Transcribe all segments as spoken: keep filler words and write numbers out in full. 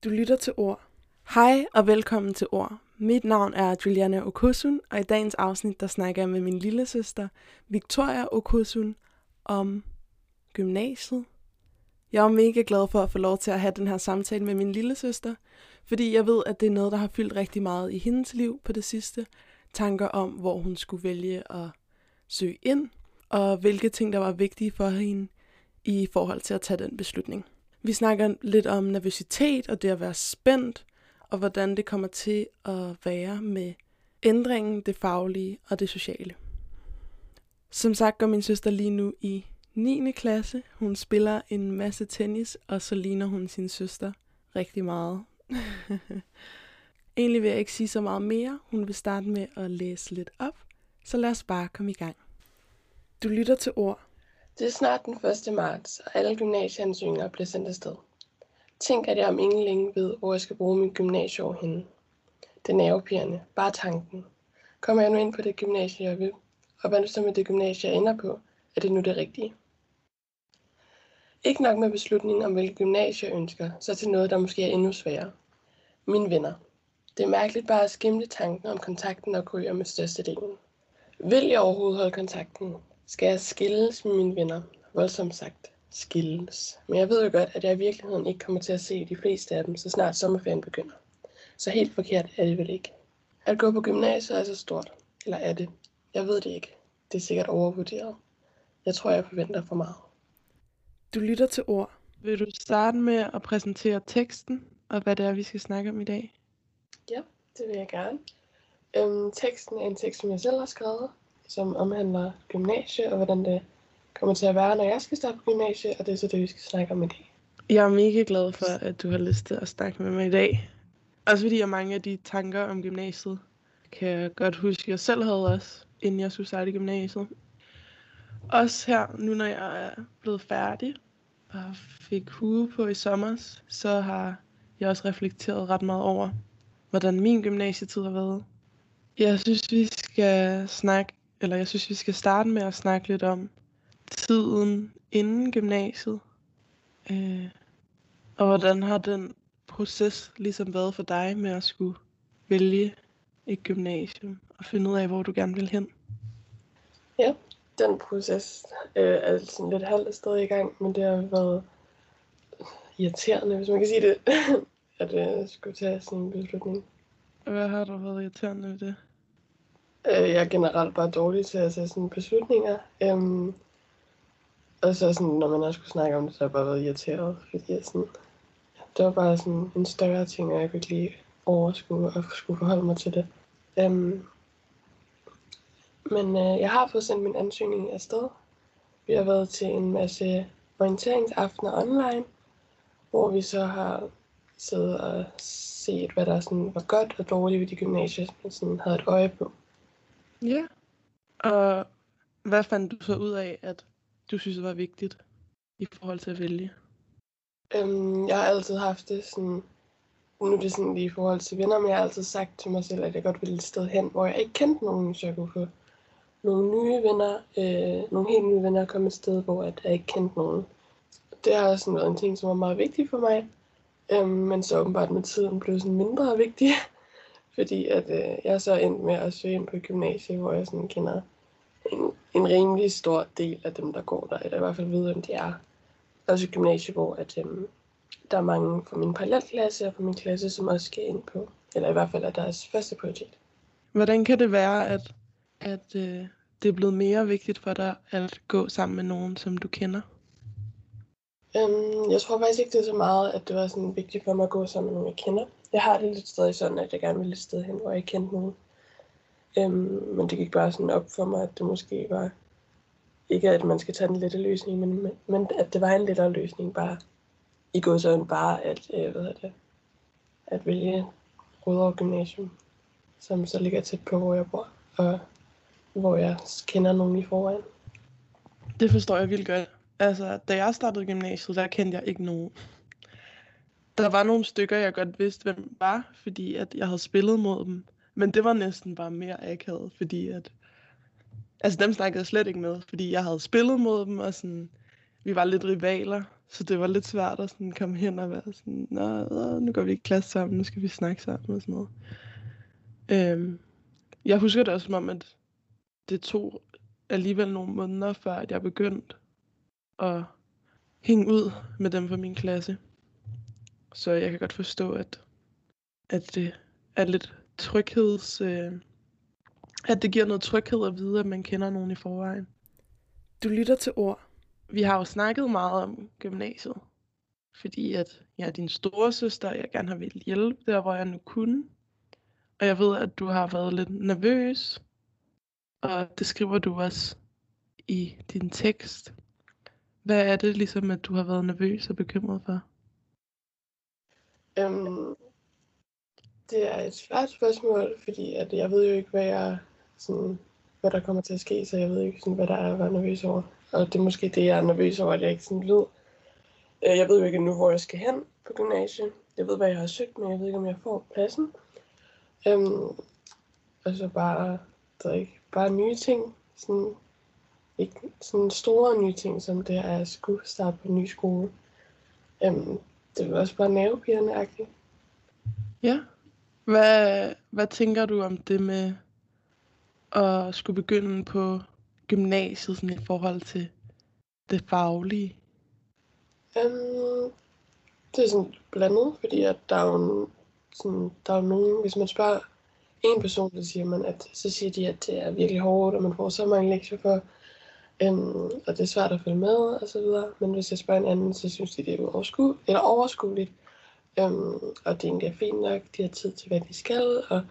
Du lytter til Ord. Hej og velkommen til Ord. Mit navn er Juliana Okosun, og i dagens afsnit der snakker jeg med min lillesøster Victoria Okosun om gymnasiet. Jeg er mega glad for at få lov til at have den her samtale med min lillesøster, fordi jeg ved, at det er noget, der har fyldt rigtig meget i hendes liv på det sidste. Tanker om, hvor hun skulle vælge at søge ind, og hvilke ting, der var vigtige for hende i forhold til at tage den beslutning. Vi snakker lidt om nervøsitet og det at være spændt, og hvordan det kommer til at være med ændringen, det faglige og det sociale. Som sagt går min søster lige nu i niende klasse. Hun spiller en masse tennis, og så ligner hun sin søster rigtig meget. Egentlig vil jeg ikke sige så meget mere. Hun vil starte med at læse lidt op, så lad os bare komme i gang. Du lytter til Ord. Det er snart den første marts, og alle gymnasieansøgninger bliver sendt afsted. Tænk, at jeg om ingen længe ved, hvor jeg skal bruge mit gymnasieår henne. Det er nervepirrende, bare tanken. Kommer jeg nu ind på det gymnasie, jeg vil? Og hvad så med det gymnasie, jeg ender på? Er det nu det rigtige? Ikke nok med beslutningen om, hvilket gymnasie jeg ønsker, så til noget, der måske er endnu sværere. Mine venner. Det er mærkeligt bare at skimte tanken om kontakten og kryger med størstedelen. Vil jeg overhovedet holde kontakten? Skal jeg skilles med mine venner? Voldsomt sagt, skilles. Men jeg ved jo godt, at jeg i virkeligheden ikke kommer til at se de fleste af dem, så snart sommerferien begynder. Så helt forkert er det vel ikke. At gå på gymnasiet er så stort. Eller er det? Jeg ved det ikke. Det er sikkert overvurderet. Jeg tror, jeg forventer for meget. Du lytter til Ord. Vil du starte med at præsentere teksten, og hvad det er, vi skal snakke om i dag? Ja, det vil jeg gerne. Øhm, teksten er en tekst, som jeg selv har skrevet, som omhandler gymnasie, og hvordan det kommer til at være, når jeg skal starte på gymnasie, og det er så det, vi skal snakke om i dag. Jeg er mega glad for, at du har lyst til at snakke med mig i dag. Også fordi jeg mange af de tanker om gymnasiet, kan jeg godt huske, at jeg selv havde også, inden jeg skulle starte i gymnasiet. Også her, nu når jeg er blevet færdig og fik hue på i sommer, så har jeg også reflekteret ret meget over, hvordan min gymnasietid har været. Jeg synes, vi skal snakke, eller jeg synes, vi skal starte med at snakke lidt om tiden inden gymnasiet. Øh, og hvordan har den proces ligesom været for dig med at skulle vælge et gymnasium og finde ud af, hvor du gerne vil hen? Ja, den proces øh, er sådan lidt halvt stadig i gang, men det har været irriterende, hvis man kan sige det, at jeg skulle tage sådan en beslutning. Hvad har der været irriterende ved det? Øh, jeg er generelt bare dårlig til at tage sådan beslutninger. Øhm, og så sådan, når man også skulle snakke om det, så har jeg bare været irriteret, fordi jeg sådan, det var bare sådan en større ting, og jeg kunne ikke lige overskue og skulle forholde mig til det. Øhm, men øh, jeg har fået sendt min ansøgning afsted. Vi har været til en masse orienteringsaftener online, hvor vi så har siddet og set, hvad der sådan var godt og dårligt ved de gymnasier, man sådan havde et øje på. Ja. Og hvad fandt du så ud af, at du synes var vigtigt i forhold til at vælge? Øhm, jeg har altid haft det sådan, nu er det sådan lige i forhold til venner, men jeg har altid sagt til mig selv, at jeg godt ville et sted hen, hvor jeg ikke kendte nogen, så jeg kunne få nogle nye venner, øh, nogle helt nye venner, komme et sted, hvor jeg ikke kendte nogen. Det har sådan været en ting, som var meget vigtig for mig, øhm, men så åbenbart med tiden blev sådan mindre vigtig, fordi at øh, jeg er så endt med at søge ind på gymnasiet, hvor jeg sådan kender en, en rimelig stor del af dem, der går der, eller i hvert fald ved, hvem de er. Også et gymnasie, hvor at, øhm, der er mange fra min parallelklasse og fra min klasse, som også skal ind på, eller i hvert fald er deres første prioritet. Hvordan kan det være, at, at øh, det er blevet mere vigtigt for dig at gå sammen med nogen, som du kender? Øhm, jeg tror faktisk ikke, det er så meget, at det var sådan vigtigt for mig at gå sammen med nogen, jeg kender. Jeg har det lidt stadig sådan, at jeg gerne vil et sted hen, hvor jeg ikke kendte nogen. Øhm, men det gik bare sådan op for mig, at det måske var ikke, at man skal tage den lette løsning, men, men, men at det var en lettere løsning bare i går sådan bare at, øh, hvad det, at vælge Rødovre Gymnasium, som så ligger tæt på, hvor jeg bor, og hvor jeg kender nogen i forvejen. Det forstår jeg vildt godt. Altså, da jeg startede gymnasiet, der kendte jeg ikke nogen. Der var nogle stykker, jeg godt vidste, hvem var, fordi at jeg havde spillet mod dem. Men det var næsten bare mere akavet, fordi at... Altså, dem snakkede jeg slet ikke med, fordi jeg havde spillet mod dem, og sådan... Vi var lidt rivaler, Så det var lidt svært at sådan komme hen og være sådan, nå, nu går vi i klasse sammen, nu skal vi snakke sammen og sådan noget. Øhm, jeg husker det også som om, at det tog alligevel nogle måneder, før at jeg begyndte at hænge ud med dem fra min klasse. Så jeg kan godt forstå, at, at det er lidt trygheds... Øh, at det giver noget tryghed at vide, at man kender nogen i forvejen. Du lytter til Ord. Vi har jo snakket meget om gymnasiet, fordi at jeg er din store søster, og jeg gerne har ville hjælpe der, hvor jeg nu kunne. Og jeg ved, at du har været lidt nervøs, og det skriver du også i din tekst. Hvad er det ligesom, at du har været nervøs og bekymret for? Øhm, det er et svært spørgsmål, fordi at jeg ved jo ikke, hvad, jeg, sådan, hvad der kommer til at ske, så jeg ved ikke, sådan, hvad der er at være nervøs over. Og det er måske det, jeg er nervøs over, at jeg ikke sådan ved. Øh, Jeg ved jo ikke nu, hvor jeg skal hen på gymnasiet. Jeg ved, hvad jeg har søgt, men jeg ved ikke, om jeg får pladsen. Øhm, og så bare, der er ikke, bare nye ting. Sådan, ikke sådan store nye ting, som det er at skulle starte på en ny skole. Øhm, det er også bare nervepirrende-agtigt. Ja. Hvad, hvad tænker du om det med at skulle begynde på gymnasiet sådan i forhold til det faglige? Øhm, det er sådan blandet, fordi at der er jo sådan, der er jo nogen, hvis man spørger en person, så siger man, at så siger de, at det er virkelig hårdt, og man får så mange lektier for, øhm, og det er svært at følge med, og så videre. Men hvis jeg spørger en anden, så synes de, det er oversku- eller overskueligt, øhm, og det egentlig er fint nok, de har tid til, hvad de skal, og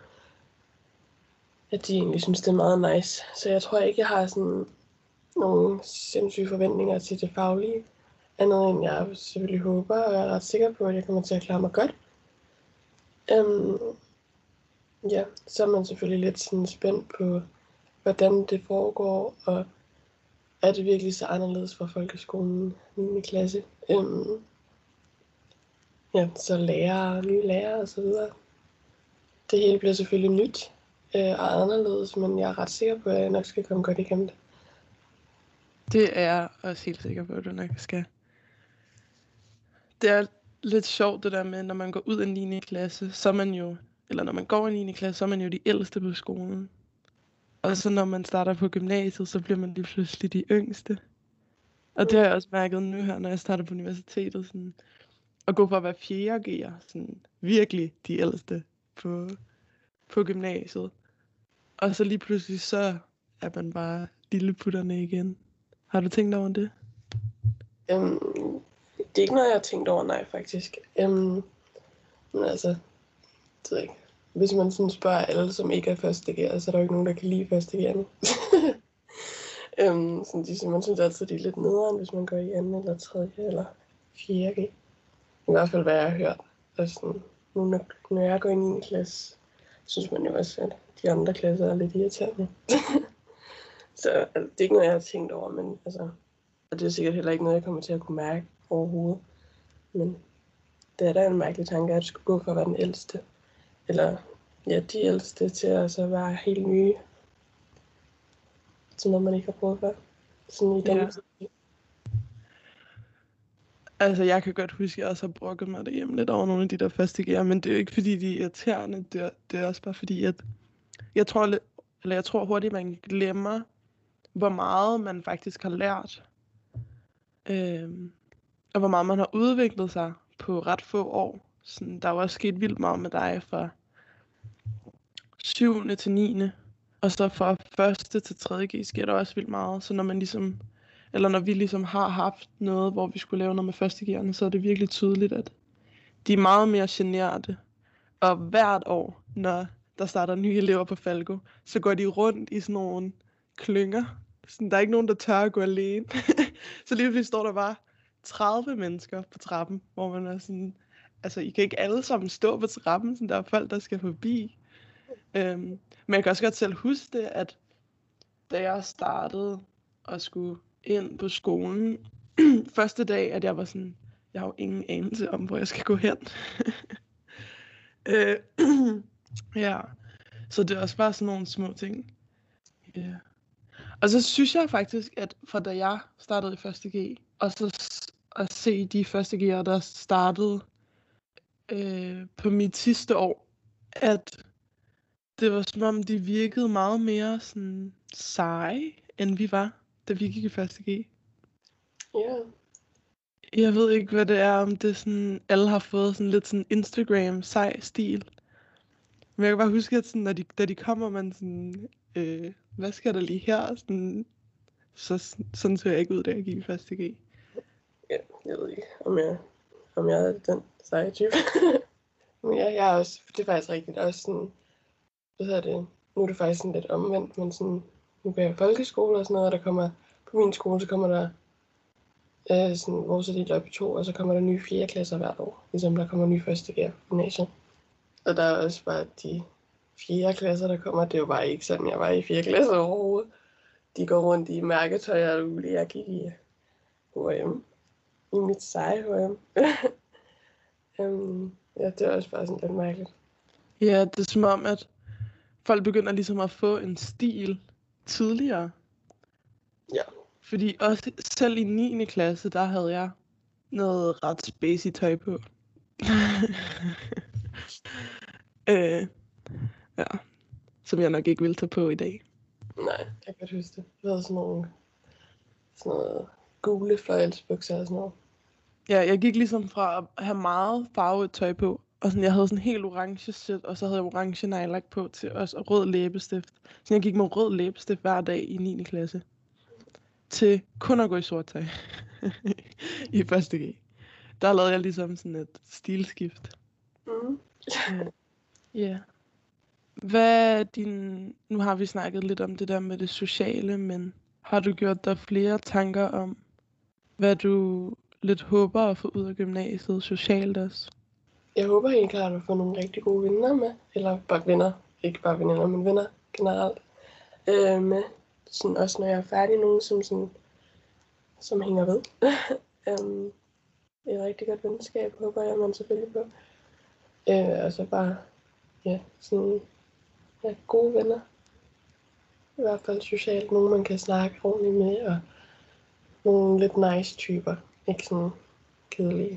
at de egentlig synes, det er meget nice. Så jeg tror ikke, jeg har sådan nogle sindssyge forventninger til det faglige, andet end jeg selvfølgelig håber, og jeg er ret sikker på, at jeg kommer til at klare mig godt. Øhm, ja, så er man selvfølgelig lidt sådan spændt på, hvordan det foregår, og er det virkelig så anderledes fra folkeskolen niende klasse. Øhm, ja, så lærere, nye lærere og så videre. Det hele bliver selvfølgelig nyt øh, og anderledes, men jeg er ret sikker på, at jeg nok skal komme godt igennem det. Det er jeg også helt sikker på, at du nok skal. Det er lidt sjovt det der med, når man går ud af niende klasse, så er man jo, eller når man går i niende klasse, så er man jo de ældste på skolen. Og så når man starter på gymnasiet, så bliver man lige pludselig de yngste. Og det har jeg også mærket nu her, når jeg starter på universitetet. Sådan, at gå fra at være fjerde G'er, sådan virkelig de ældste på, på gymnasiet. Og så lige pludselig, så er man bare lilleputterne igen. Har du tænkt over det? Øhm, det er ikke noget, jeg har tænkt over, nej, faktisk. Øhm, men altså, det ved jeg ikke. Hvis man sådan spørger alle, som ikke er første G'er, så er der jo ikke nogen, der kan lide første G'erne. øhm, sådan, de, man synes altid, de er lidt nederen, hvis man går i anden eller tredje eller fjerde G. I hvert fald, hvad jeg har hørt. Og sådan, nu når, når jeg går i niende klasse, synes man jo også, at de andre klasser er lidt irriterende. Så altså, det er ikke noget, jeg har tænkt over, men altså, og det er sikkert heller ikke noget, jeg kommer til at kunne mærke overhovedet. Men det er da en mærkelig tanke, at jeg skulle gå for at være den ældste. Eller ja, de ældste til at så være helt nye. Til noget, man ikke har prøvet før. Sådan i den Ja. tid. Altså, jeg kan godt huske, at jeg også har brokket mig derhjemme lidt over nogle af de der første G'er, men det er jo ikke, fordi de er irriterende. Det er, det er også bare fordi, at jeg tror, lidt, eller jeg tror hurtigt, man glemmer, hvor meget man faktisk har lært. Øhm, og hvor meget man har udviklet sig på ret få år. Sådan, der er jo også sket vildt meget med dig fra syvende til niende. Og så fra første til tredje G sker der også vildt meget. Så når man ligesom, eller når vi ligesom har haft noget, hvor vi skulle lave noget med første G'erne, så er det virkelig tydeligt, at de er meget mere generede. Og hvert år, når der starter nye elever på Falco, så går de rundt i sådan nogle klynger. Sådan, der er ikke nogen, der tør at gå alene. Så lige pludselig står der bare tredive mennesker på trappen, hvor man er sådan, altså I kan ikke alle sammen stå på trappen, sådan der er folk, der skal forbi. Øhm, men jeg kan også godt selv huske det, at da jeg startede og skulle ind på skolen, første dag, at jeg var sådan, jeg har jo ingen anelse om, hvor jeg skal gå hen. øh, ja, så det er også bare sådan nogle små ting. Yeah. Og så synes jeg faktisk, at fra da jeg startede i første G, og så at se de første G'ere, der startede øh, på mit sidste år, at det var som om, de virkede meget mere sådan seje, end vi var, da vi gik i første G. Ja, Jeg ved ikke, hvad det er, om det er sådan, alle har fået sådan lidt sådan Instagram-sej stil. Men jeg kan bare huske, at sådan, når de, da de kommer, man sådan, øh, hvad skal der lige her? Sådan, så, sådan så jeg ikke ud, da jeg gik i første G. ja, jeg ved ikke, om jeg, om jeg er den seje type. Men ja, jeg er også, det er faktisk rigtigt, også sådan, hvad hedder det, nu er det faktisk sådan lidt omvendt, men sådan, nu går jeg i folkeskole og sådan noget, og der kommer, på min skole, så kommer der, øh, sådan, vores er delt op i to, og så kommer der nye fjerde klasser hvert år, ligesom der kommer nye første G på gymnasiet. Og der er også bare de fjerde klasser, der kommer, det er jo bare ikke sådan, jeg var i fjerde klasse overhovedet. De går rundt i mærketøj og alt muligt. Jeg gik i H og M. I mit seje H og M. um, ja, det er også bare sådan lidt mærkeligt. Ja, det er som om, at folk begynder ligesom at få en stil tidligere. Ja. Fordi også selv i niende klasse, der havde jeg noget ret spacey tøj på. øh, ja, som jeg nok ikke vil tage på i dag. Nej, jeg kan godt huske det. Det var sådan nogle sådan noget gule fløjelsbukser og sådan noget. Ja, jeg gik ligesom fra at have meget farvet tøj på, og sådan, jeg havde sådan helt orange sæt, og så havde jeg orange nejlak på til også, og rød læbestift. Så jeg gik med rød læbestift hver dag i niende klasse. Til kun at gå i sort tøj. I første G. Der lavede jeg ligesom sådan et stilskift. Mm. Ja. Yeah. Hvad er din... Nu har vi snakket lidt om det der med det sociale, men har du gjort dig flere tanker om, hvad du lidt håber at få ud af gymnasiet socialt også? Jeg håber helt klart at få nogle rigtig gode venner med. Eller bare venner. Ikke bare venner, men venner generelt. Øh, med. Sådan også når jeg er færdig, nogen som, sådan, som hænger ved. um, et rigtig godt venskab, håber jeg, man selvfølgelig på. Øh, og så bare, ja, sådan, ja, gode venner. I hvert fald socialt. Nogen, man kan snakke ordentligt med, og nogle lidt nice typer. Ikke sådan kedelige.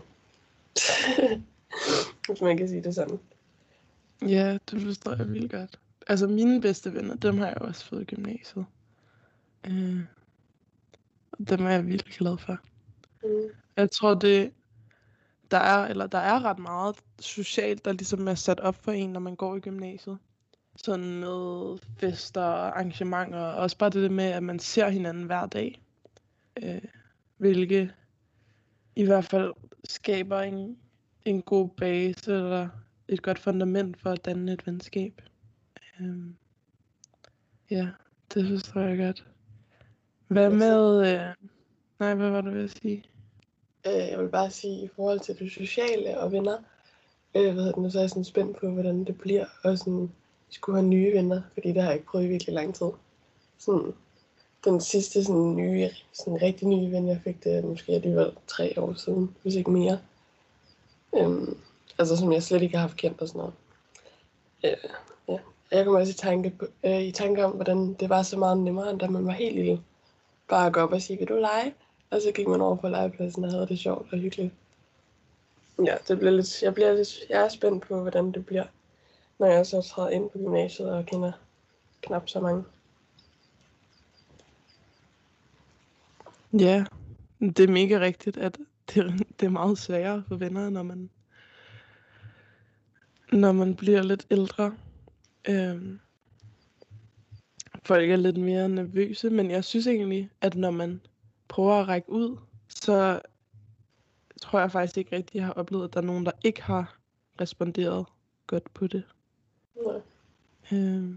Hvis man kan sige det sådan. Ja, det forstår jeg vildt godt. Altså mine bedste venner, dem har jeg også fået i gymnasiet. Øh, og dem er jeg virkelig glad for. Mm. Jeg tror, det der er, eller der er ret meget socialt, der ligesom er sat op for en, når man går i gymnasiet. Sådan med fester og arrangementer, og også bare det med, at man ser hinanden hver dag. Øh, hvilket i hvert fald skaber en, en god base, eller et godt fundament for at danne et venskab. Øh, ja, det forstår jeg godt. Hvad med... Øh, nej, hvad var du ved at sige? Øh, jeg vil bare sige, i forhold til det sociale og venner, øh, hvad hedder det nu, så er jeg sådan spændt på, hvordan det bliver, og sådan, skulle have nye venner, fordi det har jeg ikke prøvet i virkelig lang tid. Sådan, den sidste sådan nye, sådan rigtig nye ven, jeg fik, det er måske alligevel tre år siden, hvis ikke mere. Øhm, altså som jeg slet ikke har haft kendt og sådan noget. Øh, ja. Jeg kommer også i tanke, på, øh, i tanke om, hvordan det var så meget nemmere, end da man var helt lille. Bare at gå op og sige, vil du lege? Og så gik man over på legepladsen og havde det sjovt og hyggeligt. Ja, det bliver lidt, jeg, bliver lidt, jeg er spændt på, hvordan det bliver, når jeg så træder ind på gymnasiet og kender knap så mange. Ja, det er mega rigtigt, at det, det er meget sværere for venner, når man, når man bliver lidt ældre. Øhm, folk er lidt mere nervøse, men jeg synes egentlig, at når man prøver at række ud, så tror jeg faktisk ikke rigtig, jeg har oplevet, at der er nogen, der ikke har responderet godt på det. Nej. Øhm,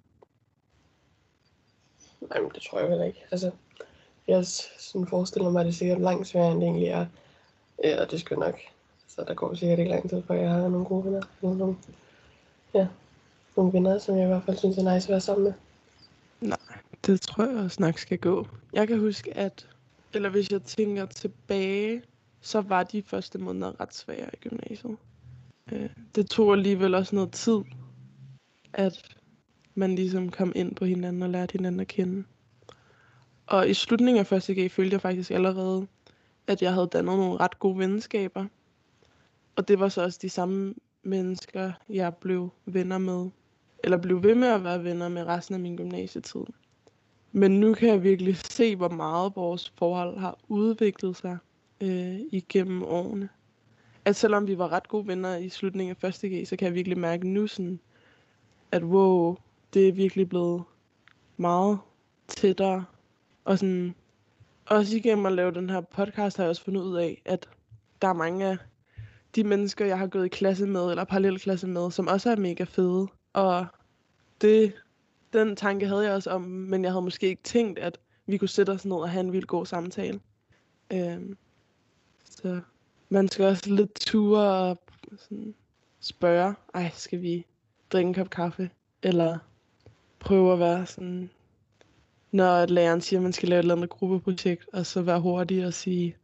Nej, men det tror jeg heller ikke. Altså, jeg sådan forestiller mig, at det er sikkert langt sværere, end det egentlig er. Ja, og det skal nok. Så der går sikkert ikke lang tid, før jeg har nogle gode venner. Nogle, ja, nogle venner, som jeg i hvert fald synes er nice at være sammen med. nej, det tror jeg også nok skal gå. Jeg kan huske, at, eller hvis jeg tænker tilbage, så var de første måneder ret svære i gymnasiet. Øh, det tog alligevel også noget tid, at man ligesom kom ind på hinanden og lærte hinanden at kende. Og i slutningen af første G følte jeg faktisk allerede at jeg havde dannet nogle ret gode venskaber. Og det var så også de samme mennesker, jeg blev venner med. Eller blev ved med at være venner med resten af min gymnasietid. Men nu kan jeg virkelig se, hvor meget vores forhold har udviklet sig øh, igennem årene. At selvom vi var ret gode venner i slutningen af første G, så kan jeg virkelig mærke nu sådan, at wow, det er virkelig blevet meget tættere. Og sådan, også igennem at lave den her podcast, har jeg også fundet ud af, at der er mange af de mennesker, jeg har gået i klasse med, eller parallelklasse med, som også er mega fede. Og det, den tanke havde jeg også om, men jeg havde måske ikke tænkt, at vi kunne sætte os ned og have en vildt god samtale. Øhm, så man skal også lidt ture og sådan spørge, ej, skal vi drikke en kop kaffe? Eller prøve at være sådan, når læreren siger, at man skal lave et eller andet gruppeprojekt, og så være hurtig og sige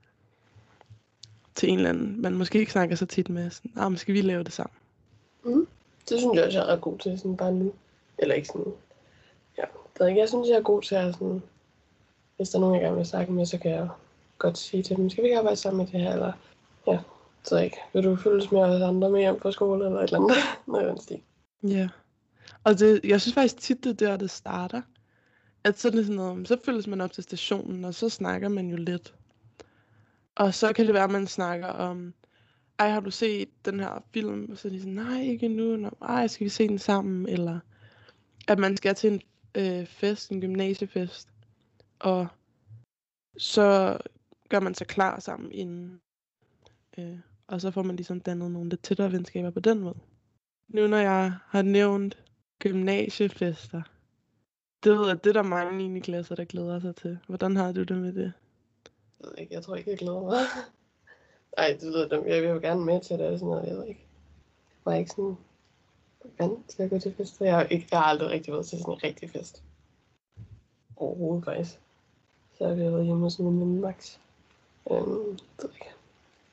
til en eller anden, man måske ikke snakker så tit med, sådan, ah, men skal vi lave det sammen? Mm. Det synes jeg også, jeg er ret god til, sådan bare nu. Eller ikke sådan, ja, det er ikke. Jeg synes, jeg er god til at sådan, hvis der er nogen, jeg gerne vil snakke med, så kan jeg godt sige til dem, skal vi ikke arbejde sammen med det her, eller ja, så ikke. Vil du følges med os andre med hjem fra skole, eller et eller andet? Noget af den stil. Ja, og det, jeg synes faktisk tit, det er der, det starter. At så er det sådan noget, så følges man op til stationen, og så snakker man jo lidt. Og så kan det være, at man snakker om, ej, har du set den her film? Og så er de sådan, nej, ikke endnu. Nå, ej, skal vi se den sammen? Eller at man skal til en øh, fest, en gymnasiefest. Og så gør man sig klar sammen inden. Øh, og så får man ligesom dannet nogle lidt tættere venskaber på den måde. Nu når jeg har nævnt gymnasiefester, det ved jeg, det er der mange niende klasser, der glæder sig til. Hvordan har du det med det? Jeg ved ikke, jeg tror ikke, jeg glæder mig. Ej, det ved jeg, jeg vil jo gerne med til det, og sådan noget, jeg ved ikke. Jeg var ikke sådan vant til at gå til fester. Jeg har, ikke, jeg har aldrig rigtig været til sådan en rigtig fest. Overhovedet faktisk. Så har vi været hjemme hos min veninde Max. Øhm, det ved jeg ikke.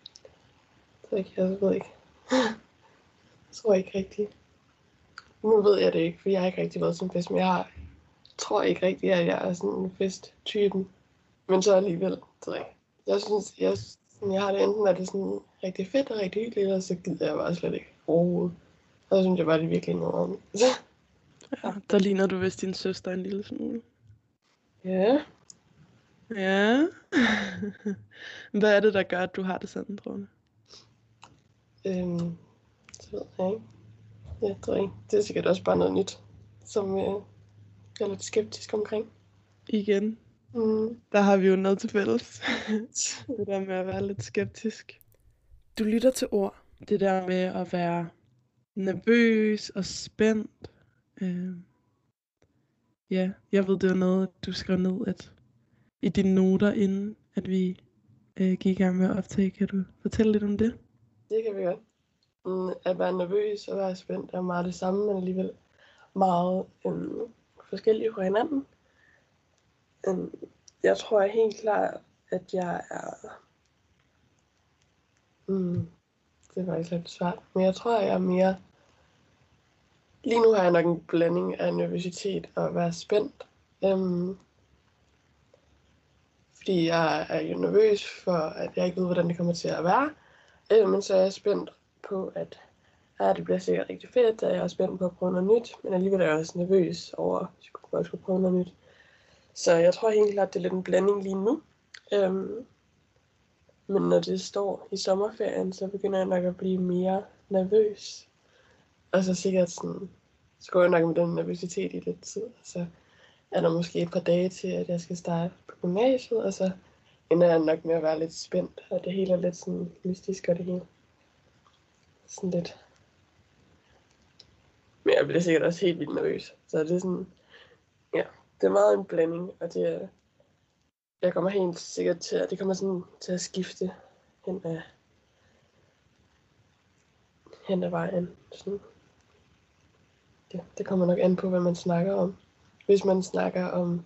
Det ved jeg ikke, jeg ved ikke. Jeg tror ikke rigtigt. Nu ved jeg det ikke, for jeg har ikke rigtig været til en fest, men jeg har, tror ikke rigtigt, at jeg er sådan en festtypen. Men så alligevel, det ved jeg ikke. Jeg synes, jeg, sådan, jeg har det enten, at det er sådan rigtig fedt og rigtig hyggeligt, og så gider jeg bare slet ikke overhovedet. Og så synes jeg bare, det er virkelig noget om. Ja, der ligner du vist din søster en lille smule. Ja. Ja. Hvad er det, der gør, at du har det sådan, tror du? Øhm, det ved jeg ikke. Jeg tror ikke. Det er sikkert også bare noget nyt, som øh, jeg er lidt skeptisk omkring. Igen. Mm. Der har vi jo noget til fælles. Det der med at være lidt skeptisk. Du lytter til ord. Det der med at være nervøs og spændt. Øh, ja, jeg ved, det var noget, du skrev ned at, i dine noter, inden at vi øh, gik i gang med at optage. Kan du fortælle lidt om det? Det kan vi godt. Mm, at være nervøs og være spændt er meget det samme, men alligevel meget øhm, forskellige fra hinanden. Øhm, jeg tror helt klart, at jeg er... Mm, det var faktisk lidt svært, men jeg tror, at jeg er mere... Lige nu har jeg nok en blanding af nervøsitet og at være spændt. Øhm, fordi jeg er jo nervøs for, at jeg ikke ved, hvordan det kommer til at være. Øh, men så er jeg spændt på, at ja, det bliver sikkert rigtig fedt, og jeg er spændt på at prøve noget nyt. Men alligevel er jeg også nervøs over, at jeg godt skulle prøve noget nyt. Så jeg tror helt klart, at det er lidt en blanding lige nu. Øhm, men når det står i sommerferien, så begynder jeg nok at blive mere nervøs. Og så sikkert sådan, så går jeg nok med den nervøsitet i lidt tid. Så er der måske et par dage til, at jeg skal starte på gymnasiet, og så ender jeg nok med at være lidt spændt, og det hele er lidt sådan mystisk og det hele. Sådan lidt. Men jeg bliver sikkert også helt vildt nervøs. Så det er sådan, ja, det er meget en blanding, og det er, jeg kommer helt sikkert til, at det kommer sådan til at skifte hen ad, hen ad vejen. Sådan. Ja, det kommer nok an på, hvad man snakker om. Hvis man snakker om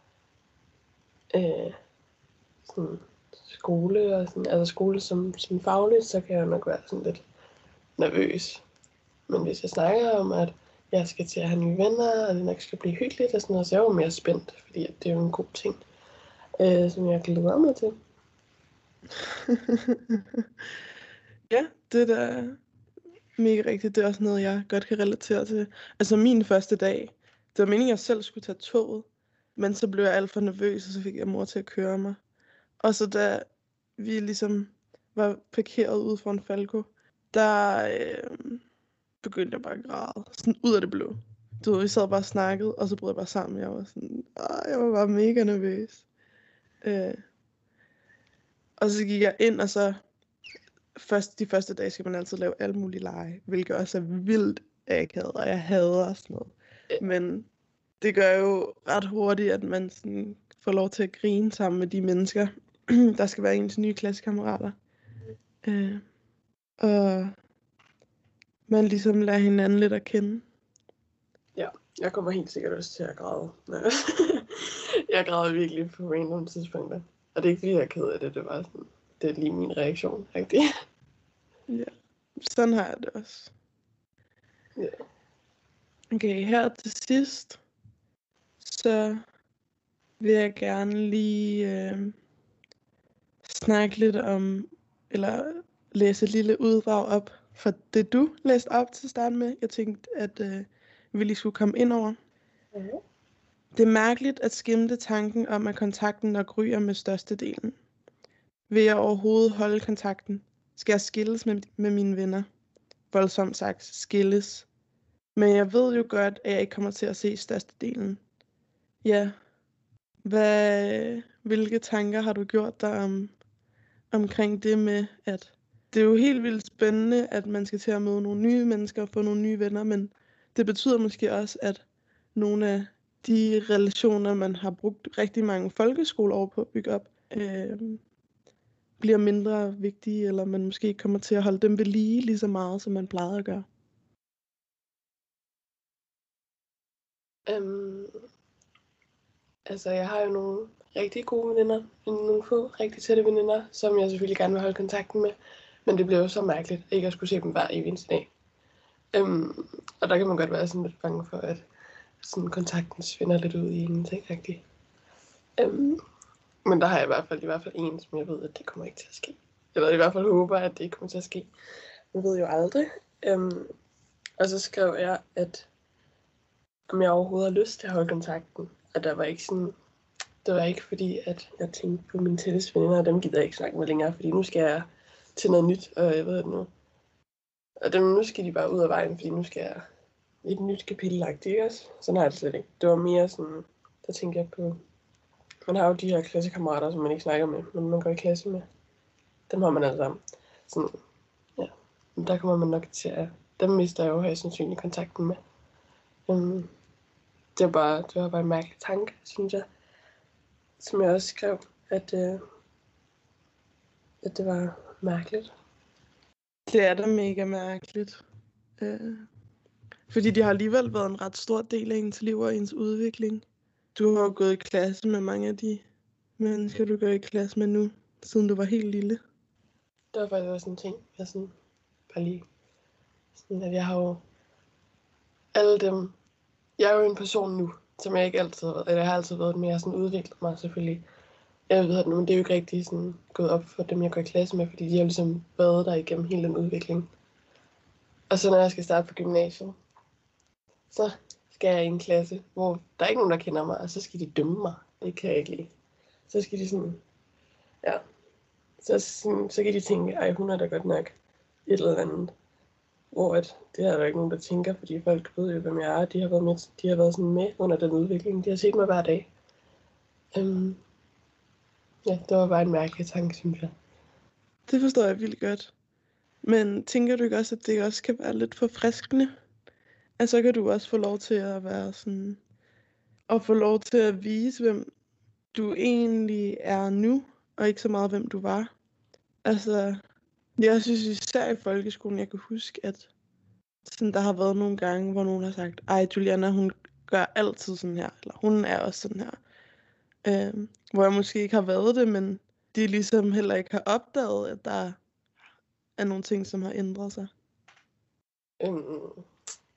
øh, sådan skole, og sådan, altså skole som, som fagligt, så kan jeg nok være sådan lidt nervøs. Men hvis jeg snakker om, at jeg skal til at have nye venner, og det nok skal blive hyggeligt og sådan noget, så er jeg jo mere spændt, fordi det er jo en god ting, øh, som jeg glæder mig til. Ja, det er da mega rigtigt. Det er også noget, jeg godt kan relatere til. Altså min første dag, det var meningen, at jeg selv skulle tage toget, men så blev jeg alt for nervøs, og så fik jeg mor til at køre mig. Og så da vi ligesom var parkeret ude foran Falco, der øh, begyndte jeg bare at græde. Sådan ud af det blå. Du ved, vi sad bare og snakkede, og så brød jeg bare sammen. Jeg var sådan, Åh, jeg var bare mega nervøs. Øh, og så gik jeg ind, og så først, de første dage skal man altid lave alle mulige lege, hvilket også er vildt akavet, og jeg hader sådan noget. Men det gør jo ret hurtigt, at man sådan får lov til at grine sammen med de mennesker, der skal være ens nye klassekammerater. Øh, og man ligesom lærer hinanden lidt at kende. Ja, jeg kommer helt sikkert også til at græde. Jeg græder virkelig på random tidspunkter. Og det er ikke fordi, jeg er ked af det, det var sådan, det er lige min reaktion, rigtig. Ja, sådan har jeg det også. Ja. Okay, her til sidst, så vil jeg gerne lige øh, snakke lidt om, eller læse et lille uddrag op for det, du læste op til at starte med. Jeg tænkte, at øh, vi lige skulle komme ind over. Okay. Det er mærkeligt at skimte tanken om, at kontakten nok ryger med størstedelen. Vil jeg overhovedet holde kontakten? Skal jeg skilles med, med mine venner? Voldsomt sagt, skilles. Men jeg ved jo godt, at jeg ikke kommer til at se størstedelen. Ja. Hvad, hvilke tanker har du gjort dig om, omkring det med, at det er jo helt vildt spændende, at man skal til at møde nogle nye mennesker og få nogle nye venner, men det betyder måske også, at nogle af de relationer, man har brugt rigtig mange folkeskoleår på at bygge op, øh, bliver mindre vigtige, eller man måske ikke kommer til at holde dem ved lige lige så meget, som man plejede at gøre. Um, altså, jeg har jo nogle rigtig gode veninder, nogle få rigtig tætte veninder, som jeg selvfølgelig gerne vil holde kontakten med, men det bliver jo så mærkeligt, ikke at skulle se dem hver evig eneste dag. Um, og der kan man godt være sådan lidt bange for, at sådan kontakten svinder lidt ud i ingenting rigtigt. Um, men der har jeg i hvert fald i hvert fald en, som jeg ved, at det kommer ikke til at ske. Eller i hvert fald håber, at det ikke kommer til at ske. Man ved jo aldrig. Um, og så skrev jeg, at om jeg overhovedet har lyst til at holde kontakten. Og der var ikke sådan, det var ikke fordi, at jeg tænkte på mine tætteste veninder, og dem gider jeg ikke snakke med længere, fordi nu skal jeg til noget nyt, og jeg ved det nu. Og dem, nu skal de bare ud af vejen, fordi nu skal jeg et nyt kapitel lagt, ikke også? Sådan har jeg det slet ikke. Det var mere sådan, der tænkte jeg på, man har jo de her klassekammerater, som man ikke snakker med, men man går i klasse med. Dem har man alle sammen. Sådan, ja. Men der kommer man nok til at, dem mister jeg jo højst sandsynligt kontakten med. Um, det var bare, det var bare en mærkelig tanke, synes jeg. Som jeg også skrev, at, uh, at det var mærkeligt. Det er da mega mærkeligt. Øh, fordi de har alligevel været en ret stor del af ens liv og ens udvikling. Du har jo gået i klasse med mange af de mennesker, du går i klasse med nu, siden du var helt lille. Det var faktisk også en ting, jeg sådan, bare lige, sådan at jeg har jo alle dem, jeg er jo en person nu, som jeg ikke altid har været, eller jeg har altid været, men jeg har sådan udviklet mig selvfølgelig. Jeg ved det nu, men det er jo ikke rigtig sådan gået op for dem, jeg går i klasse med, fordi de har ligesom været der igennem hele den udvikling. Og så når jeg skal starte på gymnasiet, så skal jeg i en klasse, hvor der er ikke nogen, der kender mig, og så skal de dømme mig. Det kan jeg ikke lide. Så skal de sådan, ja, så, sådan, så kan de tænke, ej, hun er da godt nok et eller andet. Hvor at, det er der ikke nogen, der tænker, fordi folk ved jo, hvem jeg er. De har været med, de har været sådan med under den udvikling. De har set mig hver dag. Um, ja, det var bare en mærkelig tanke, synes jeg. Det forstår jeg vildt godt. Men tænker du ikke også, at det også kan være lidt forfriskende? Altså, så kan du også få lov til at være sådan, og få lov til at vise, hvem du egentlig er nu, og ikke så meget, hvem du var. Altså, jeg synes især i folkeskolen, jeg kan huske, at sådan, der har været nogle gange, hvor nogen har sagt, ej, Juliana, hun gør altid sådan her, eller hun er også sådan her. Øh, hvor jeg måske ikke har været det, men de ligesom heller ikke har opdaget, at der er nogle ting, som har ændret sig. Um,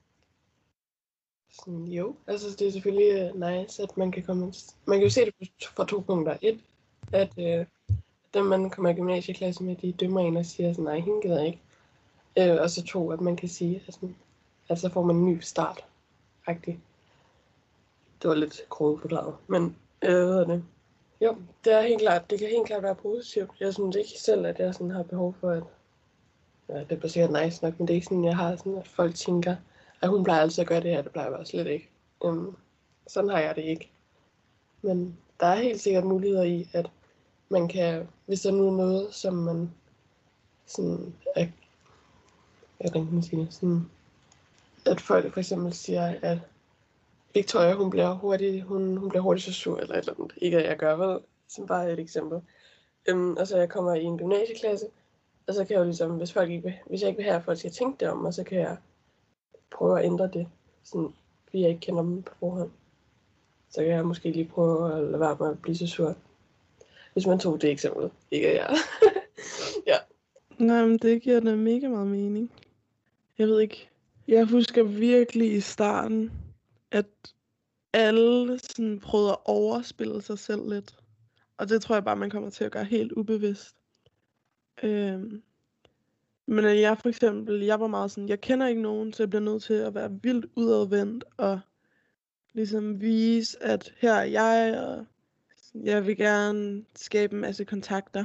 sådan, jo, altså det er selvfølgelig uh, nice, at man kan komme, man kan jo se det fra to punkter. Et, at, uh, dem, man kommer i gymnasieklasse med, de dømmer en og siger sådan, nej, hende gider jeg ikke. Øh, og så to, at man kan sige, at, sådan, at så får man en ny start. -agtig. Det var lidt kroget forklaret, men øh, hvad hedder det? Jo, det er helt klart, det kan helt klart være positivt. Jeg synes ikke selv, at jeg sådan har behov for, at ja, det er sikkert nice nok, men det er ikke sådan, jeg har sådan, at folk tænker, at hun plejer altid at gøre det her, det plejer jeg bare slet ikke. Um, sådan har jeg det ikke. Men der er helt sikkert muligheder i, at man kan, hvis der nu er noget, som man sådan, er, jeg kan man sige det, sådan, at folk for eksempel siger, at Victoria, hun bliver hurtigt, hun, hun bliver hurtigt så sur, eller et eller andet. Ikke at jeg gør, vel? Som bare et eksempel. Um, og så jeg kommer i en gymnasieklasse, og så kan jeg jo ligesom, hvis, folk ikke vil, hvis jeg ikke vil have, at folk skal tænke det om mig, så kan jeg prøve at ændre det, sådan, fordi jeg ikke kender dem på forhånd. Så kan jeg måske lige prøve at lade være med at blive så sur. Hvis man tog det eksempel. Ikke jeg. Ja. Nej, men det giver da mega meget mening. Jeg ved ikke. Jeg husker virkelig i starten, at alle sådan prøvede at overspille sig selv lidt. Og det tror jeg bare, man kommer til at gøre helt ubevidst. Øhm. Men at jeg for eksempel, jeg var meget sådan, jeg kender ikke nogen, så jeg bliver nødt til at være vildt udadvendt og ligesom vise, at her er jeg, og jeg vil gerne skabe en masse kontakter.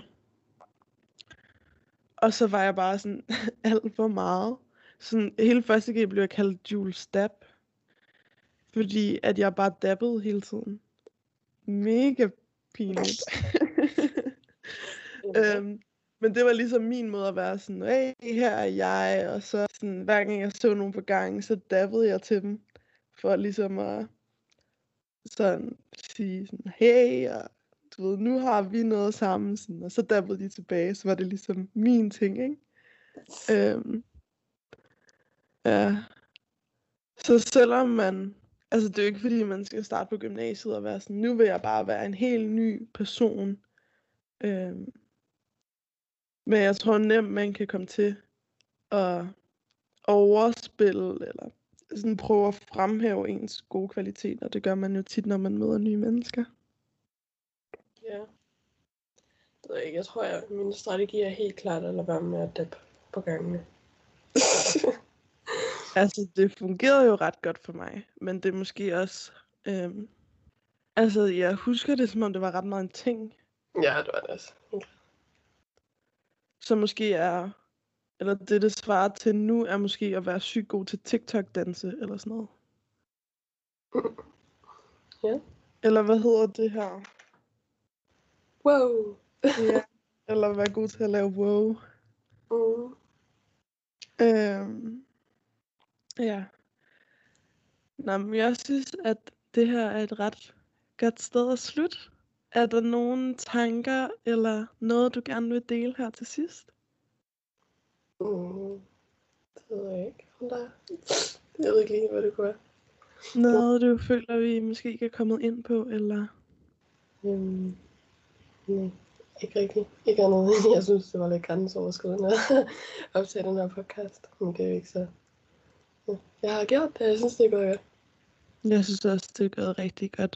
Og så var jeg bare sådan alt for meget. Sådan hele første G blev jeg kaldt Jules Dab. Fordi at jeg bare dabbede hele tiden. Mega pinligt. øhm, men det var ligesom min måde at være sådan, hey, her er jeg. Og så sådan, hver gang jeg så nogen på gangen, så dabbede jeg til dem. For ligesom at sådan sige sådan, hey, og du ved, nu har vi noget sammen. Sådan, og så dabbede de tilbage, så var det ligesom min ting, ikke? Øhm, ja. Så selvom man, altså det er jo ikke fordi, man skal starte på gymnasiet og være sådan, nu vil jeg bare være en helt ny person. Øhm, men jeg tror nemt, man kan komme til at overspille, eller sådan prøve at fremhæve ens gode kvaliteter. Det gør man jo tit, når man møder nye mennesker. Ja. Det ved jeg ikke. Jeg tror, at min strategi er helt klart at lade være med at dabbe på gangene. Altså, det fungerede jo ret godt for mig, men det er måske også, øhm, altså, jeg husker det, som om det var ret meget en ting. Ja, det var det også. Så måske er, eller det, det svarer til nu, er måske at være sygt god til TikTok-danse, eller sådan noget. Ja. Eller hvad hedder det her? Wow. Ja, eller være god til at lave wow. Mm. Øhm, ja. Nå, men jeg synes, at det her er et ret godt sted at slutte. Er der nogle tanker, eller noget, du gerne vil dele her til sidst? Mm. Det ved jeg ikke, om der er. Jeg ved ikke lige, hvad det kunne være. Noget, du føler, vi måske ikke er kommet ind på, eller? Um, nej, ikke rigtigt. Ikke andet. Jeg synes, det var lidt grænseoverskridende at optage den her podcast. Men det er jo ikke så. Ja. Jeg har gjort det, jeg synes, det er gået godt. Jeg synes også, det er gået rigtig godt.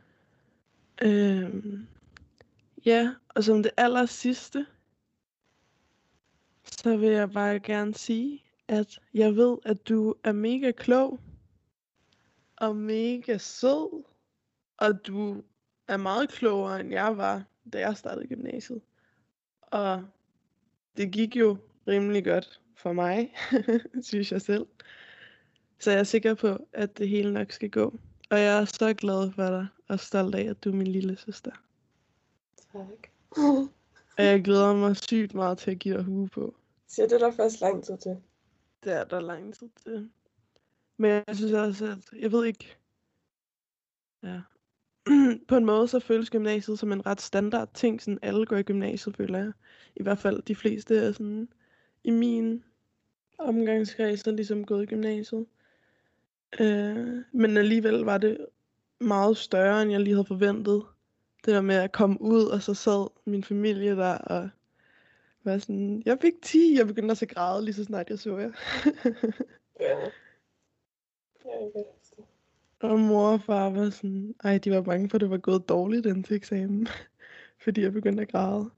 Øhm, ja, og som det aller sidste, så vil jeg bare gerne sige, at jeg ved, at du er mega klog, og mega sød, og du er meget klogere, end jeg var, da jeg startede gymnasiet. Og det gik jo rimelig godt for mig, synes jeg selv. Så jeg er sikker på, at det hele nok skal gå. Og jeg er så glad for dig, og stolt af, at du er min lille søster. Tak. Og jeg glæder mig sygt meget til at give dig hue på. Så det er der først lang tid til. Det er der lang tid til. Men jeg synes også, at jeg ved ikke. Ja. På en måde så føles gymnasiet som en ret standard ting, sådan alle går i gymnasiet, føler jeg. I hvert fald de fleste er sådan i min omgangskreds er ligesom gået i gymnasiet. Øh, men alligevel var det meget større, end jeg lige havde forventet. Det der med at komme ud, og så sad min familie der og var sådan, jeg fik ti, jeg begyndte også at græde lige så snart jeg så jer. Ja. Ja, jeg kan det. Og mor og far var sådan, ej, de var bange for, at det var gået dårligt den til eksamen, fordi jeg begyndte at græde.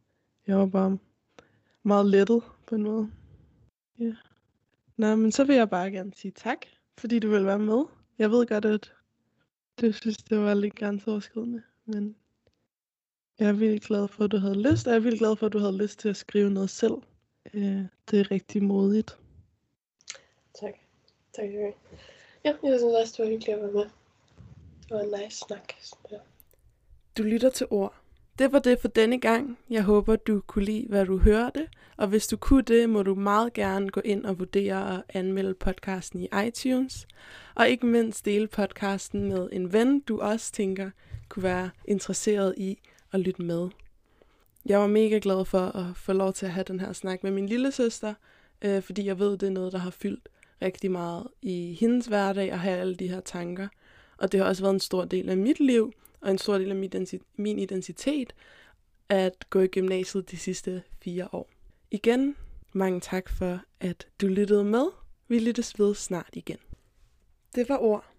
Jeg var bare meget lettet på en måde. Ja. Nå, men så vil jeg bare gerne sige tak, fordi du vil være med. Jeg ved godt, at du synes, det var lidt grænseoverskridende, men jeg er virkelig glad for, at du havde lyst, og jeg er virkelig glad for, at du havde lyst til at skrive noget selv. Øh, det er rigtig modigt. Tak. Tak, Jørgen. Ja, jeg synes også, det var hyggeligt at være med. Det var en nice snak. Ja. Du lytter til ord. Det var det for denne gang. Jeg håber, du kunne lide, hvad du hørte. Og hvis du kunne det, må du meget gerne gå ind og vurdere og anmelde podcasten i iTunes. Og ikke mindst dele podcasten med en ven, du også tænker kunne være interesseret i at lytte med. Jeg var mega glad for at få lov til at have den her snak med min lille søster, øh, fordi jeg ved, det er noget, der har fyldt rigtig meget i hendes hverdag at have alle de her tanker. Og det har også været en stor del af mit liv, og en stor del af min identitet, at gå i gymnasiet de sidste fire år. Igen, mange tak for, at du lyttede med. Vi lyttes ved snart igen. Det var ord.